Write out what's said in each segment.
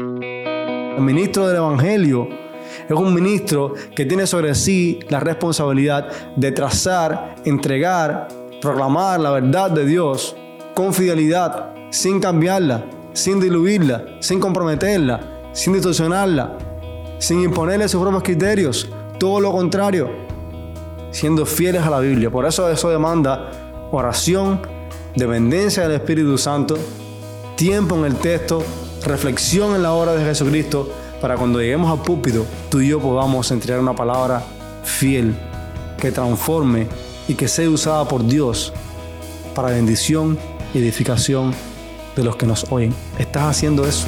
El ministro del Evangelio es un ministro que tiene sobre sí la responsabilidad de trazar, entregar, proclamar la verdad de Dios con fidelidad, sin cambiarla, sin diluirla, sin comprometerla, sin distorsionarla, sin imponerle sus propios criterios, todo lo contrario, siendo fieles a la Biblia. Por eso demanda oración, dependencia del Espíritu Santo, tiempo en el texto, reflexión en la obra de Jesucristo, para cuando lleguemos al púlpito, tú y yo podamos entregar una palabra fiel, que transforme y que sea usada por Dios para bendición y edificación de los que nos oyen. ¿Estás haciendo eso?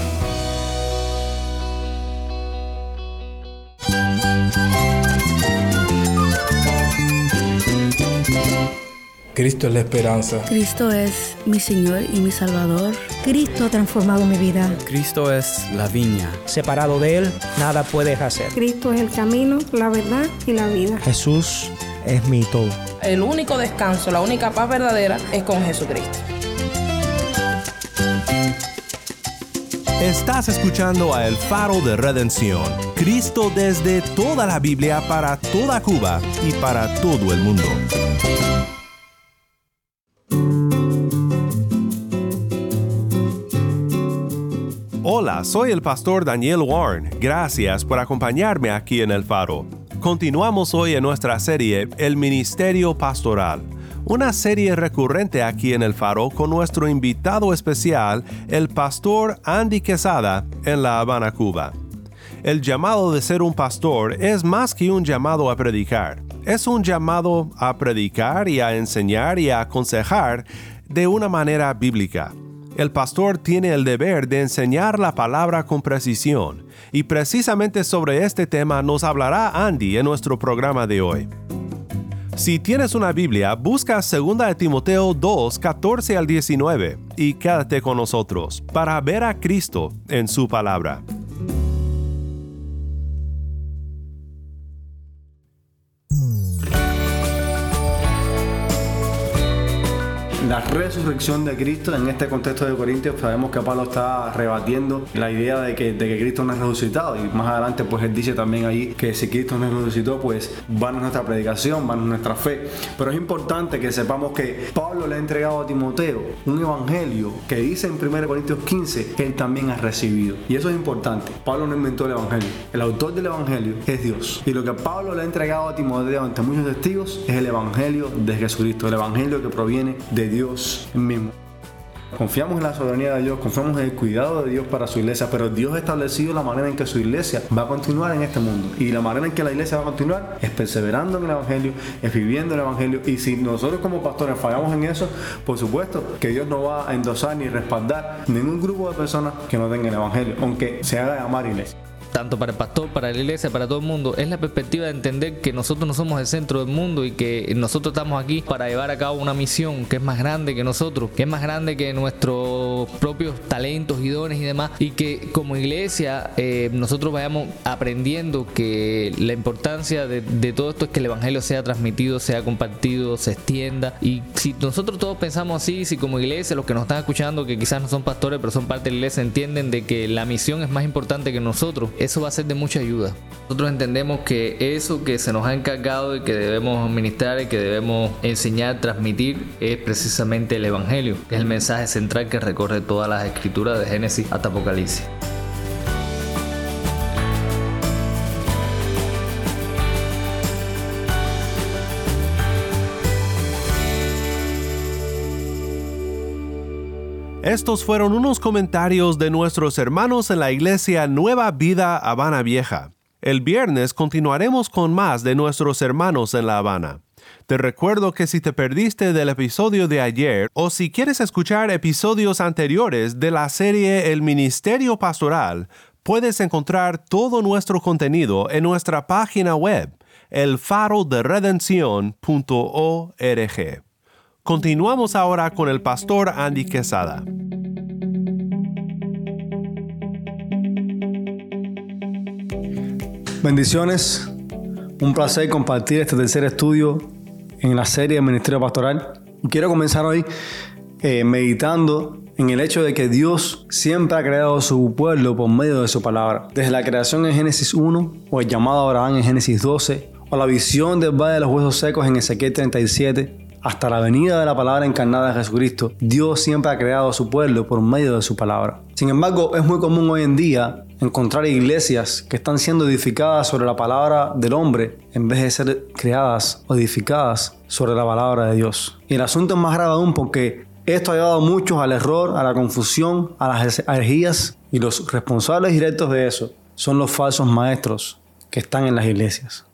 Cristo es la esperanza. Cristo es mi Señor y mi Salvador. Cristo ha transformado mi vida. Cristo es la viña. Separado de Él, nada puedes hacer. Cristo es el camino, la verdad y la vida. Jesús es mi todo. El único descanso, la única paz verdadera es con Jesucristo. Estás escuchando a El Faro de Redención. Cristo desde toda la Biblia para toda Cuba y para todo el mundo. Hola, soy el pastor Daniel Warren. Gracias por acompañarme aquí en El Faro. Continuamos hoy en nuestra serie El Ministerio Pastoral, una serie recurrente aquí en El Faro con nuestro invitado especial, el pastor Andy Quesada, en La Habana, Cuba. El llamado de ser un pastor es más que un llamado a predicar. Es un llamado a predicar y a enseñar y a aconsejar de una manera bíblica. El pastor tiene el deber de enseñar la palabra con precisión, y precisamente sobre este tema nos hablará Andy en nuestro programa de hoy. Si tienes una Biblia, busca 2 Timoteo 2, 14 al 19 y quédate con nosotros para ver a Cristo en su palabra. La resurrección de Cristo, en este contexto de Corintios, sabemos que Pablo está rebatiendo la idea de que Cristo no es resucitado, y más adelante pues él dice también ahí que si Cristo no resucitó, pues vana es nuestra predicación, vana es nuestra fe. Pero es importante que sepamos que Pablo le ha entregado a Timoteo un evangelio que dice en 1 Corintios 15 que él también ha recibido, y eso es importante. Pablo no inventó el evangelio, el autor del evangelio es Dios, y lo que Pablo le ha entregado a Timoteo ante muchos testigos es el evangelio de Jesucristo, el evangelio que proviene de Dios mismo. Confiamos en la soberanía de Dios, confiamos en el cuidado de Dios para su iglesia, pero Dios ha establecido la manera en que su iglesia va a continuar en este mundo, y la manera en que la iglesia va a continuar es perseverando en el evangelio, es viviendo el evangelio. Y si nosotros como pastores fallamos en eso, por supuesto que Dios no va a endosar ni respaldar ningún grupo de personas que no tengan el evangelio, aunque se haga llamar iglesia. Tanto para el pastor, para la iglesia, para todo el mundo, es la perspectiva de entender que nosotros no somos el centro del mundo y que nosotros estamos aquí para llevar a cabo una misión que es más grande que nosotros, que es más grande que nuestros propios talentos y dones y demás, y que como iglesia nosotros vayamos aprendiendo que la importancia de todo esto es que el evangelio sea transmitido, sea compartido, se extienda. Y si nosotros todos pensamos así, si como iglesia, los que nos están escuchando, que quizás no son pastores pero son parte de la iglesia, entienden de que la misión es más importante que nosotros, eso va a ser de mucha ayuda. Nosotros entendemos que eso que se nos ha encargado y que debemos ministrar y que debemos enseñar, transmitir, es precisamente el evangelio, que es el mensaje central que recorre todas las escrituras de Génesis hasta Apocalipsis. Estos fueron unos comentarios de nuestros hermanos en la iglesia Nueva Vida Habana Vieja. El viernes continuaremos con más de nuestros hermanos en La Habana. Te recuerdo que si te perdiste del episodio de ayer o si quieres escuchar episodios anteriores de la serie El Ministerio Pastoral, puedes encontrar todo nuestro contenido en nuestra página web, elfaroderedencion.org. Continuamos ahora con el pastor Andy Quesada. Bendiciones, un placer compartir este tercer estudio en la serie del Ministerio Pastoral. Quiero comenzar hoy meditando en el hecho de que Dios siempre ha creado su pueblo por medio de su palabra. Desde la creación en Génesis 1, o el llamado a Abraham en Génesis 12, o la visión del valle de los huesos secos en Ezequiel 37, hasta la venida de la palabra encarnada de Jesucristo, Dios siempre ha creado a su pueblo por medio de su palabra. Sin embargo, es muy común hoy en día encontrar iglesias que están siendo edificadas sobre la palabra del hombre en vez de ser creadas o edificadas sobre la palabra de Dios. Y el asunto es más grave aún porque esto ha llevado a muchos al error, a la confusión, a las herejías, y los responsables directos de eso son los falsos maestros que están en las iglesias.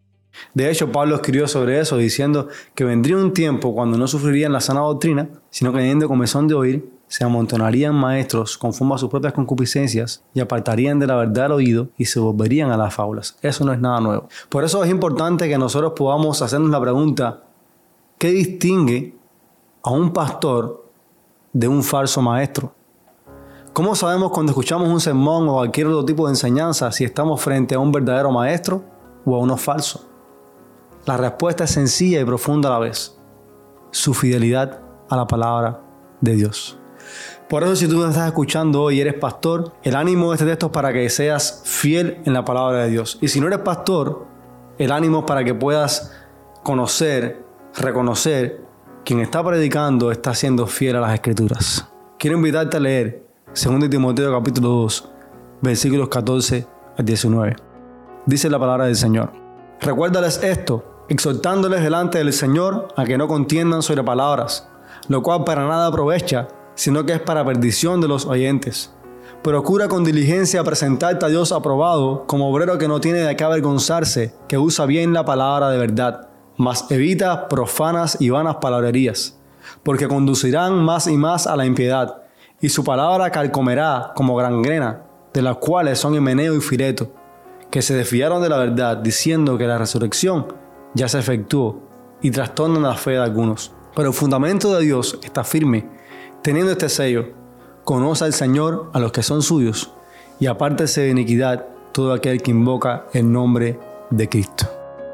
De hecho, Pablo escribió sobre eso diciendo que vendría un tiempo cuando no sufrirían la sana doctrina, sino que teniendo comezón de oír, se amontonarían maestros conforme a sus propias concupiscencias y apartarían de la verdad el oído y se volverían a las fábulas. Eso no es nada nuevo. Por eso es importante que nosotros podamos hacernos la pregunta: ¿qué distingue a un pastor de un falso maestro? ¿Cómo sabemos cuando escuchamos un sermón o cualquier otro tipo de enseñanza si estamos frente a un verdadero maestro o a uno falso? La respuesta es sencilla y profunda a la vez: su fidelidad a la palabra de Dios. Por eso, si tú me estás escuchando hoy y eres pastor, el ánimo de este texto es para que seas fiel en la palabra de Dios. Y si no eres pastor, el ánimo es para que puedas conocer, reconocer, quien está predicando está siendo fiel a las Escrituras. Quiero invitarte a leer 2 Timoteo capítulo 2, versículos 14 al 19. Dice la palabra del Señor: recuérdales esto, exhortándoles delante del Señor a que no contiendan sobre palabras, lo cual para nada aprovecha, sino que es para perdición de los oyentes. Procura con diligencia presentarte a Dios aprobado, como obrero que no tiene de qué avergonzarse, que usa bien la palabra de verdad, mas evita profanas y vanas palabrerías, porque conducirán más y más a la impiedad, y su palabra carcomerá como gangrena, de las cuales son Himeneo y Fileto, que se desviaron de la verdad, diciendo que la resurrección ya se efectuó, y trastornan la fe de algunos. Pero el fundamento de Dios está firme, teniendo este sello: conoce al Señor a los que son suyos, y apártese de iniquidad todo aquel que invoca el nombre de Cristo.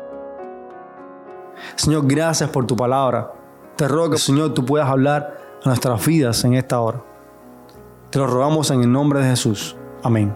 Señor, gracias por tu palabra. Te ruego que, Señor, tú puedas hablar a nuestras vidas en esta hora. Te lo rogamos en el nombre de Jesús. Amén.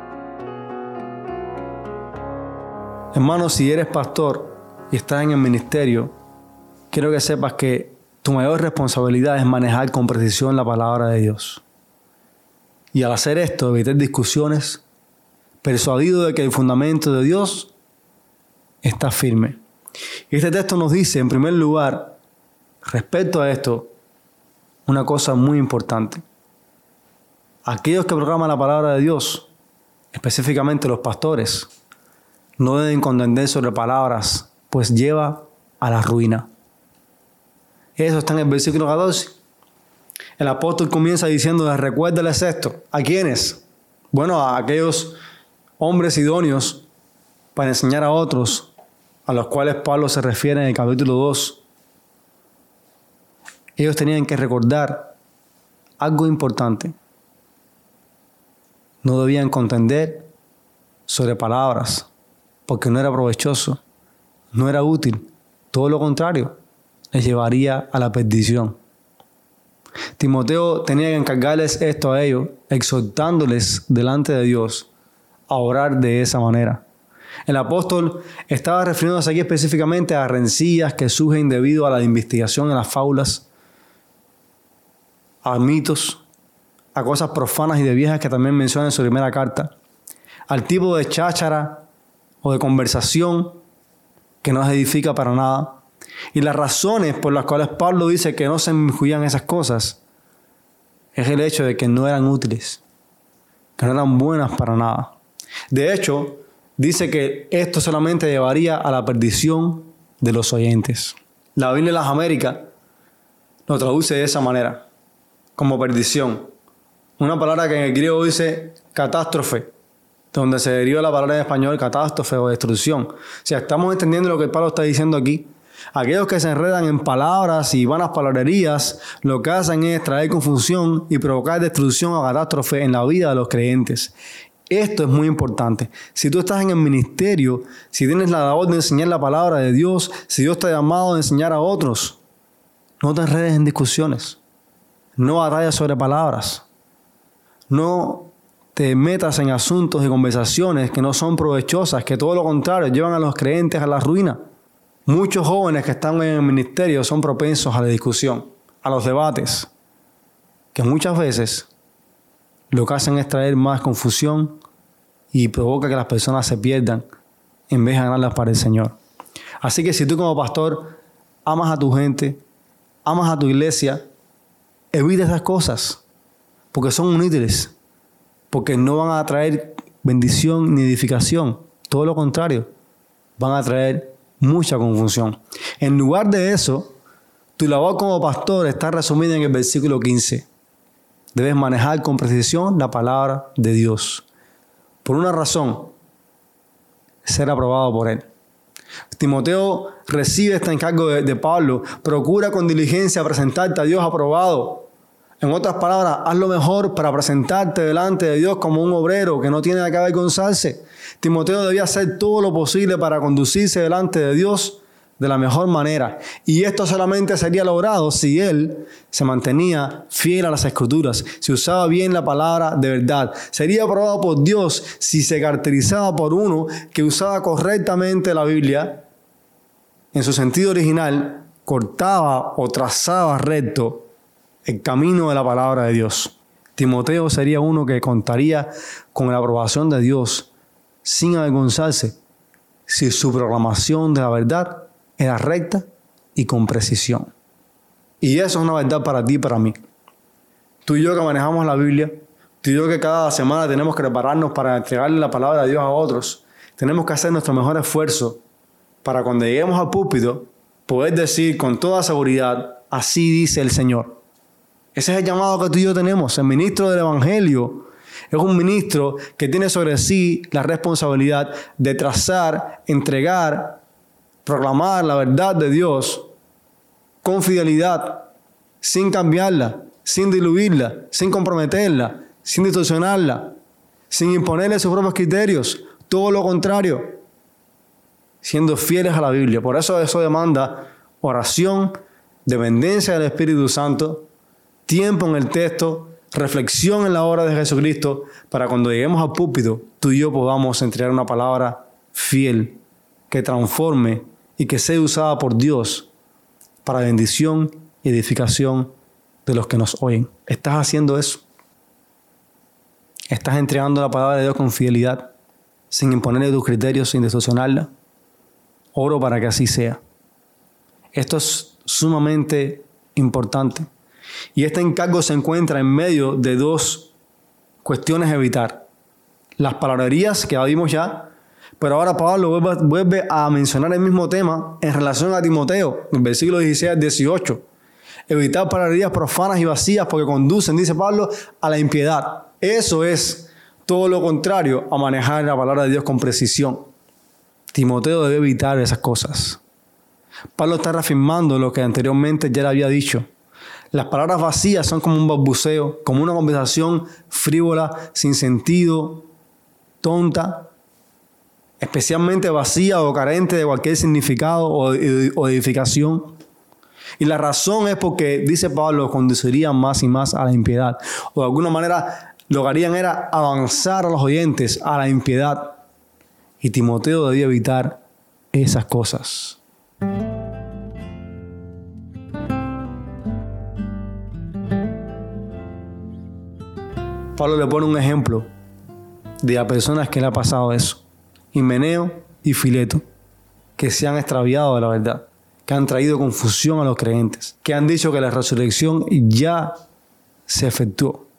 Hermano, si eres pastor y estás en el ministerio, quiero que sepas que tu mayor responsabilidad es manejar con precisión la palabra de Dios. Y al hacer esto, evitar discusiones, persuadido de que el fundamento de Dios está firme. Y este texto nos dice, en primer lugar, respecto a esto, una cosa muy importante. Aquellos que proclaman la palabra de Dios, específicamente los pastores, no deben contender sobre palabras, pues lleva a la ruina. Eso está en el versículo 14. El apóstol comienza diciéndoles: recuérdales esto. ¿A quiénes? Bueno, a aquellos hombres idóneos para enseñar a otros, a los cuales Pablo se refiere en el capítulo 2. Ellos tenían que recordar algo importante. No debían contender sobre palabras, porque no era provechoso, no era útil. Todo lo contrario, les llevaría a la perdición. Timoteo tenía que encargarles esto a ellos, exhortándoles delante de Dios a orar de esa manera. El apóstol estaba refiriéndose aquí específicamente a rencillas que surgen debido a la investigación en las fábulas, a mitos, a cosas profanas y de viejas que también menciona en su primera carta, al tipo de cháchara o de conversación que no se edifica para nada. Y las razones por las cuales Pablo dice que no se inmiscuían esas cosas es el hecho de que no eran útiles, que no eran buenas para nada. De hecho, dice que esto solamente llevaría a la perdición de los oyentes. La Biblia de las Américas lo traduce de esa manera, como perdición. Una palabra que en el griego dice catástrofe, donde se deriva la palabra en español catástrofe o destrucción. O sea, estamos entendiendo lo que Pablo está diciendo aquí. Aquellos que se enredan en palabras y vanas palabrerías, lo que hacen es traer confusión y provocar destrucción o catástrofe en la vida de los creyentes. Esto es muy importante. Si tú estás en el ministerio, si tienes la labor de enseñar la palabra de Dios, si Dios te ha llamado a enseñar a otros, no te enredes en discusiones. No batalles sobre palabras. No te metas en asuntos y conversaciones que no son provechosas, que todo lo contrario, llevan a los creyentes a la ruina. Muchos jóvenes que están en el ministerio son propensos a la discusión, a los debates, que muchas veces lo que hacen es traer más confusión y provoca que las personas se pierdan en vez de ganarlas para el Señor. Así que si tú como pastor amas a tu gente, amas a tu iglesia, evita esas cosas, porque son inútiles, porque no van a traer bendición ni edificación. Todo lo contrario, van a traer mucha confusión. En lugar de eso, tu labor como pastor está resumida en el versículo 15. Debes manejar con precisión la palabra de Dios. Por una razón, ser aprobado por Él. Timoteo recibe este encargo de Pablo. Procura con diligencia presentarte a Dios aprobado. En otras palabras, haz lo mejor para presentarte delante de Dios como un obrero que no tiene de qué avergonzarse. Timoteo debía hacer todo lo posible para conducirse delante de Dios de la mejor manera. Y esto solamente sería logrado si él se mantenía fiel a las Escrituras, si usaba bien la palabra de verdad. Sería aprobado por Dios si se caracterizaba por uno que usaba correctamente la Biblia en su sentido original, cortaba o trazaba recto el camino de la palabra de Dios. Timoteo sería uno que contaría con la aprobación de Dios sin avergonzarse si su proclamación de la verdad era recta y con precisión. Y eso es una verdad para ti y para mí. Tú y yo que manejamos la Biblia, tú y yo que cada semana tenemos que prepararnos para entregarle la palabra de Dios a otros, tenemos que hacer nuestro mejor esfuerzo para cuando lleguemos al púlpito poder decir con toda seguridad, así dice el Señor. Ese es el llamado que tú y yo tenemos. El ministro del Evangelio es un ministro que tiene sobre sí la responsabilidad de trazar, entregar, proclamar la verdad de Dios con fidelidad, sin cambiarla, sin diluirla, sin comprometerla, sin distorsionarla, sin imponerle sus propios criterios. Todo lo contrario, siendo fieles a la Biblia. Por eso demanda oración, dependencia del Espíritu Santo, tiempo en el texto, reflexión en la obra de Jesucristo, para cuando lleguemos al púlpito, tú y yo podamos entregar una palabra fiel, que transforme y que sea usada por Dios para bendición y edificación de los que nos oyen. ¿Estás haciendo eso? ¿Estás entregando la palabra de Dios con fidelidad, sin imponerle tus criterios, sin distorsionarla? Oro para que así sea. Esto es sumamente importante. Y este encargo se encuentra en medio de dos cuestiones a evitar. Las palabrerías que vimos ya, pero ahora Pablo vuelve a mencionar el mismo tema en relación a Timoteo, en el versículo 16 al 18. Evitar palabrerías profanas y vacías porque conducen, dice Pablo, a la impiedad. Eso es todo lo contrario a manejar la palabra de Dios con precisión. Timoteo debe evitar esas cosas. Pablo está reafirmando lo que anteriormente ya le había dicho. Las palabras vacías son como un balbuceo, como una conversación frívola, sin sentido, tonta, especialmente vacía o carente de cualquier significado o edificación. Y la razón es porque, dice Pablo, conducirían más y más a la impiedad. O de alguna manera lo que harían era avanzar a los oyentes a la impiedad. Y Timoteo debía evitar esas cosas. Pablo le pone un ejemplo de a personas que le ha pasado eso. Himeneo y Fileto, que se han extraviado de la verdad, que han traído confusión a los creyentes, que han dicho que la resurrección ya se efectuó.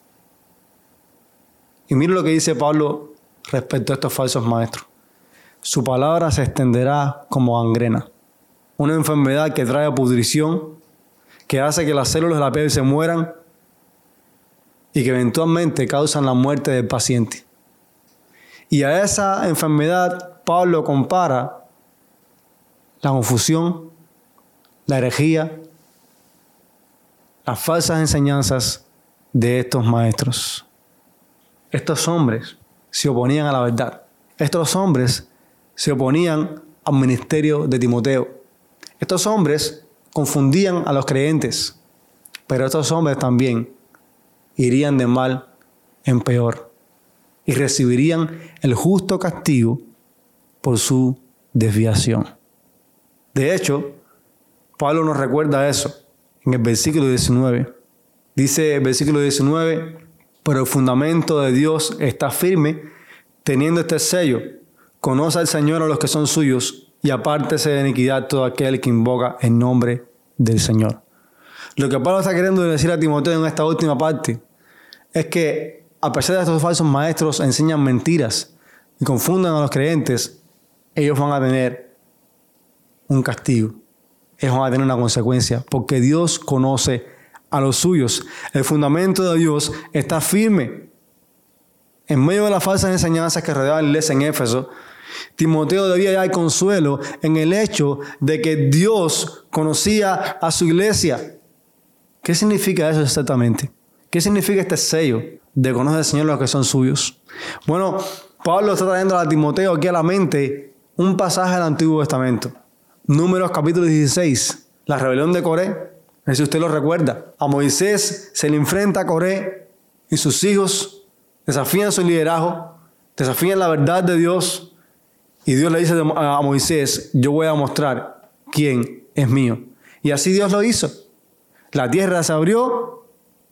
Y mire lo que dice Pablo respecto a estos falsos maestros. Su palabra se extenderá como gangrena, una enfermedad que trae pudrición, que hace que las células de la piel se mueran y que eventualmente causan la muerte del paciente. Y a esa enfermedad Pablo compara la confusión, la herejía, las falsas enseñanzas de estos maestros. Estos hombres se oponían a la verdad. Estos hombres se oponían al ministerio de Timoteo. Estos hombres confundían a los creyentes. Pero estos hombres también irían de mal en peor y recibirían el justo castigo por su desviación. De hecho, Pablo nos recuerda eso en el versículo 19. Dice el versículo 19, pero el fundamento de Dios está firme, teniendo este sello: conoce al Señor a los que son suyos, y apártese de iniquidad todo aquel que invoca el nombre del Señor. Lo que Pablo está queriendo decir a Timoteo en esta última parte es que, a pesar de estos falsos maestros enseñan mentiras y confunden a los creyentes, ellos van a tener un castigo. Ellos van a tener una consecuencia, porque Dios conoce a los suyos. El fundamento de Dios está firme. En medio de las falsas enseñanzas que rodeaban la iglesia en Éfeso, Timoteo debía hallar consuelo en el hecho de que Dios conocía a su iglesia. ¿Qué significa eso exactamente? ¿Qué significa este sello de conocer al Señor los que son suyos? Bueno, Pablo está trayendo a Timoteo aquí a la mente un pasaje del Antiguo Testamento. Números capítulo 16, la rebelión de Coré. Si usted lo recuerda, a Moisés se le enfrenta a Coré y sus hijos desafían su liderazgo, desafían la verdad de Dios, y Dios le dice a Moisés: yo voy a mostrar quién es mío. Y así Dios lo hizo. La tierra se abrió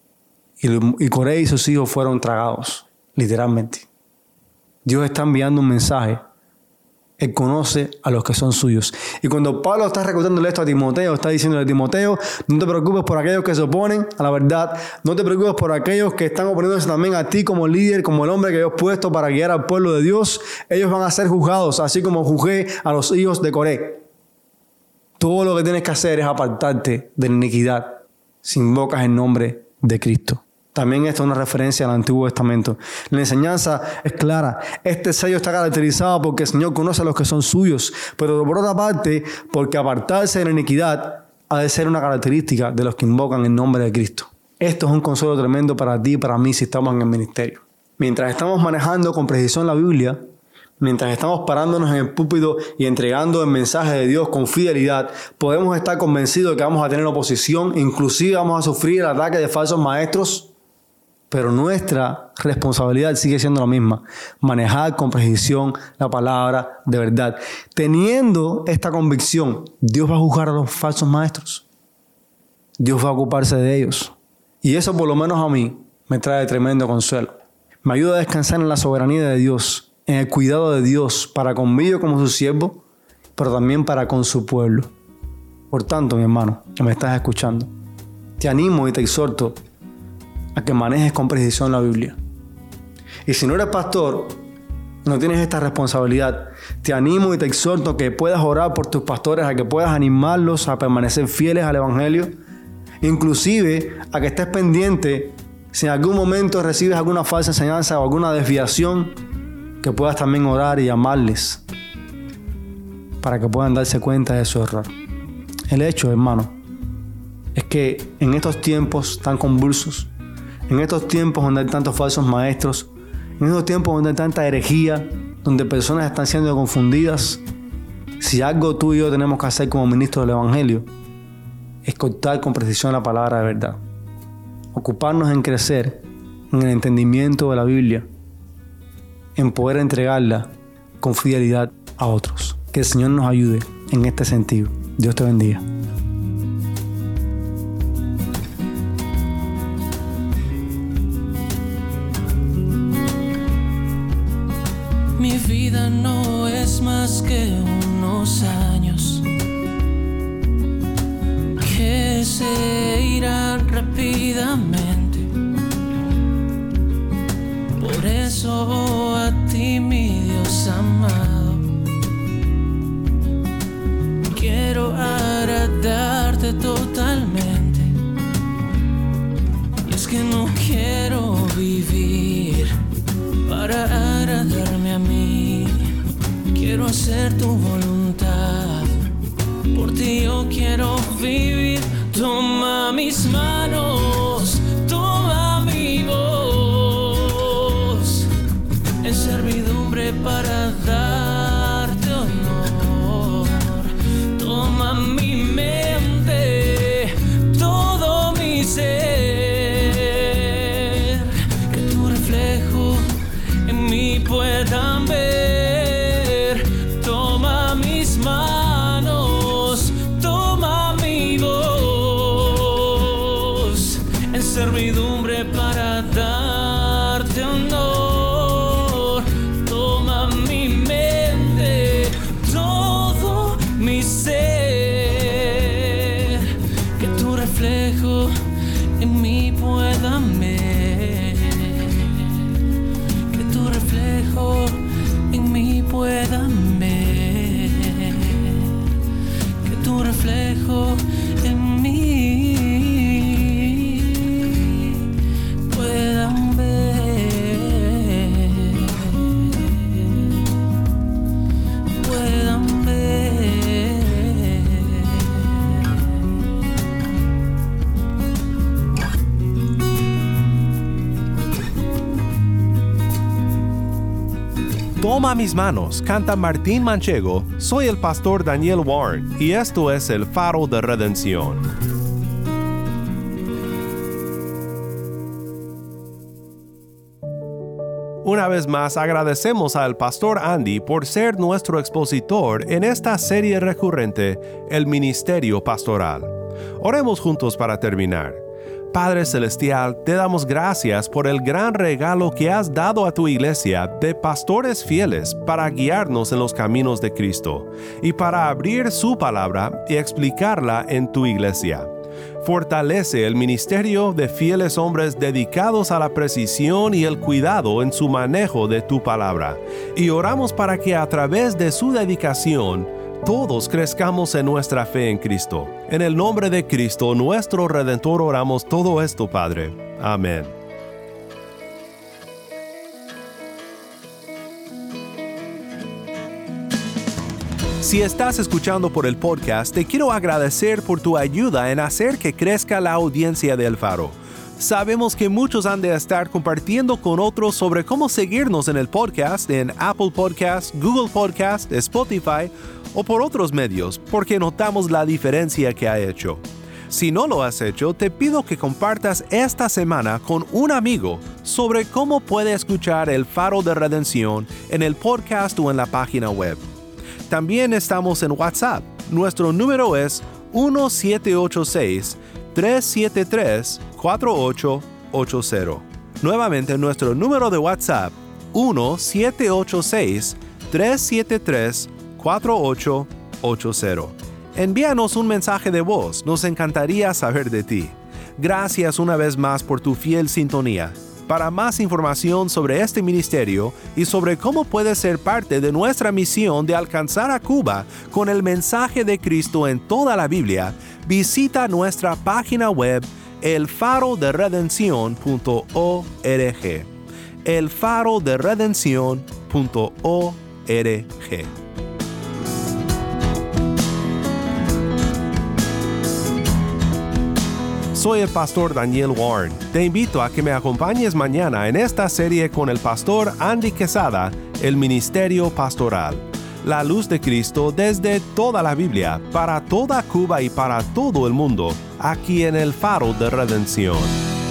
y Coré y sus hijos fueron tragados, literalmente. Dios está enviando un mensaje. Él conoce a los que son suyos. Y cuando Pablo está recordándole esto a Timoteo, está diciéndole a Timoteo: no te preocupes por aquellos que se oponen a la verdad. No te preocupes por aquellos que están oponiéndose también a ti como líder, como el hombre que Dios ha puesto para guiar al pueblo de Dios. Ellos van a ser juzgados, así como juzgué a los hijos de Coré. Todo lo que tienes que hacer es apartarte de la iniquidad si invocas el nombre de Cristo. También esto es una referencia al Antiguo Testamento. La enseñanza es clara. Este sello está caracterizado porque el Señor conoce a los que son suyos, pero por otra parte, porque apartarse de la iniquidad ha de ser una característica de los que invocan el nombre de Cristo. Esto es un consuelo tremendo para ti y para mí si estamos en el ministerio. Mientras estamos manejando con precisión la Biblia, mientras estamos parándonos en el púlpito y entregando el mensaje de Dios con fidelidad, podemos estar convencidos de que vamos a tener oposición, inclusive vamos a sufrir el ataque de falsos maestros. Pero nuestra responsabilidad sigue siendo la misma: manejar con precisión la palabra de verdad. Teniendo esta convicción, Dios va a juzgar a los falsos maestros. Dios va a ocuparse de ellos. Y eso, por lo menos a mí, me trae tremendo consuelo. Me ayuda a descansar en la soberanía de Dios, en el cuidado de Dios para conmigo como su siervo, pero también para con su pueblo. Por tanto, mi hermano, que me estás escuchando, te animo y te exhorto a que manejes con precisión la Biblia. Y si no eres pastor, no tienes esta responsabilidad, te animo y te exhorto a que puedas orar por tus pastores, a que puedas animarlos a permanecer fieles al Evangelio, inclusive a que estés pendiente si en algún momento recibes alguna falsa enseñanza o alguna desviación, que puedas también orar y llamarles para que puedan darse cuenta de su error. El hecho, hermano, es que en estos tiempos tan convulsos, en estos tiempos donde hay tantos falsos maestros, en estos tiempos donde hay tanta herejía, donde personas están siendo confundidas, si algo tú y yo tenemos que hacer como ministros del Evangelio, es cortar con precisión la palabra de verdad. Ocuparnos en crecer en el entendimiento de la Biblia, en poder entregarla con fidelidad a otros. Que el Señor nos ayude en este sentido. Dios te bendiga. Mi vida no es más que unos años que se irán rápidamente. Por eso a ti, mi Dios amado, quiero agradarte totalmente. Y es que no quiero vivir para agradarme a mí. Quiero hacer tu voluntad. Por ti yo quiero vivir. Toma mis manos, toma mi voz, en servidumbre para darte honor. Toma mi mente, todo mi ser. puedan ver. Toma mis manos, toma mi voz, en servidumbre para darte honor. Toma mi mente, todo mi ser, que tu reflejo en mí puedan ver, que tu reflejo en mí puedan ver, que tu reflejo en mí puedan ver, puedan ver. Toma mis manos, canta Martín Manchego. Soy el pastor Daniel Warren y esto es el Faro de Redención. Una vez más agradecemos al pastor Andy por ser nuestro expositor en esta serie recurrente, El Ministerio Pastoral. Oremos juntos para terminar. Padre Celestial, te damos gracias por el gran regalo que has dado a tu iglesia de pastores fieles para guiarnos en los caminos de Cristo y para abrir su palabra y explicarla en tu iglesia. Fortalece el ministerio de fieles hombres dedicados a la precisión y el cuidado en su manejo de tu palabra. Y oramos para que a través de su dedicación, todos crezcamos en nuestra fe en Cristo. En el nombre de Cristo, nuestro Redentor, oramos todo esto, Padre. Amén. Si estás escuchando por el podcast, te quiero agradecer por tu ayuda en hacer que crezca la audiencia de El Faro. Sabemos que muchos han de estar compartiendo con otros sobre cómo seguirnos en el podcast, en Apple Podcasts, Google Podcasts, Spotify o por otros medios, porque notamos la diferencia que ha hecho. Si no lo has hecho, te pido que compartas esta semana con un amigo sobre cómo puede escuchar el Faro de Redención en el podcast o en la página web. También estamos en WhatsApp. Nuestro número es 1-786-373-4880. Nuevamente, nuestro número de WhatsApp, 1-786-373-4880. Envíanos un mensaje de voz, nos encantaría saber de ti. Gracias una vez más por tu fiel sintonía. Para más información sobre este ministerio y sobre cómo puedes ser parte de nuestra misión de alcanzar a Cuba con el mensaje de Cristo en toda la Biblia, visita nuestra página web elfaroderedencion.org. elfaroderedencion.org. Soy el pastor Daniel Warren. Te invito a que me acompañes mañana en esta serie con el pastor Andy Quesada, El Ministerio Pastoral. La luz de Cristo desde toda la Biblia, para toda Cuba y para todo el mundo, aquí en el Faro de Redención.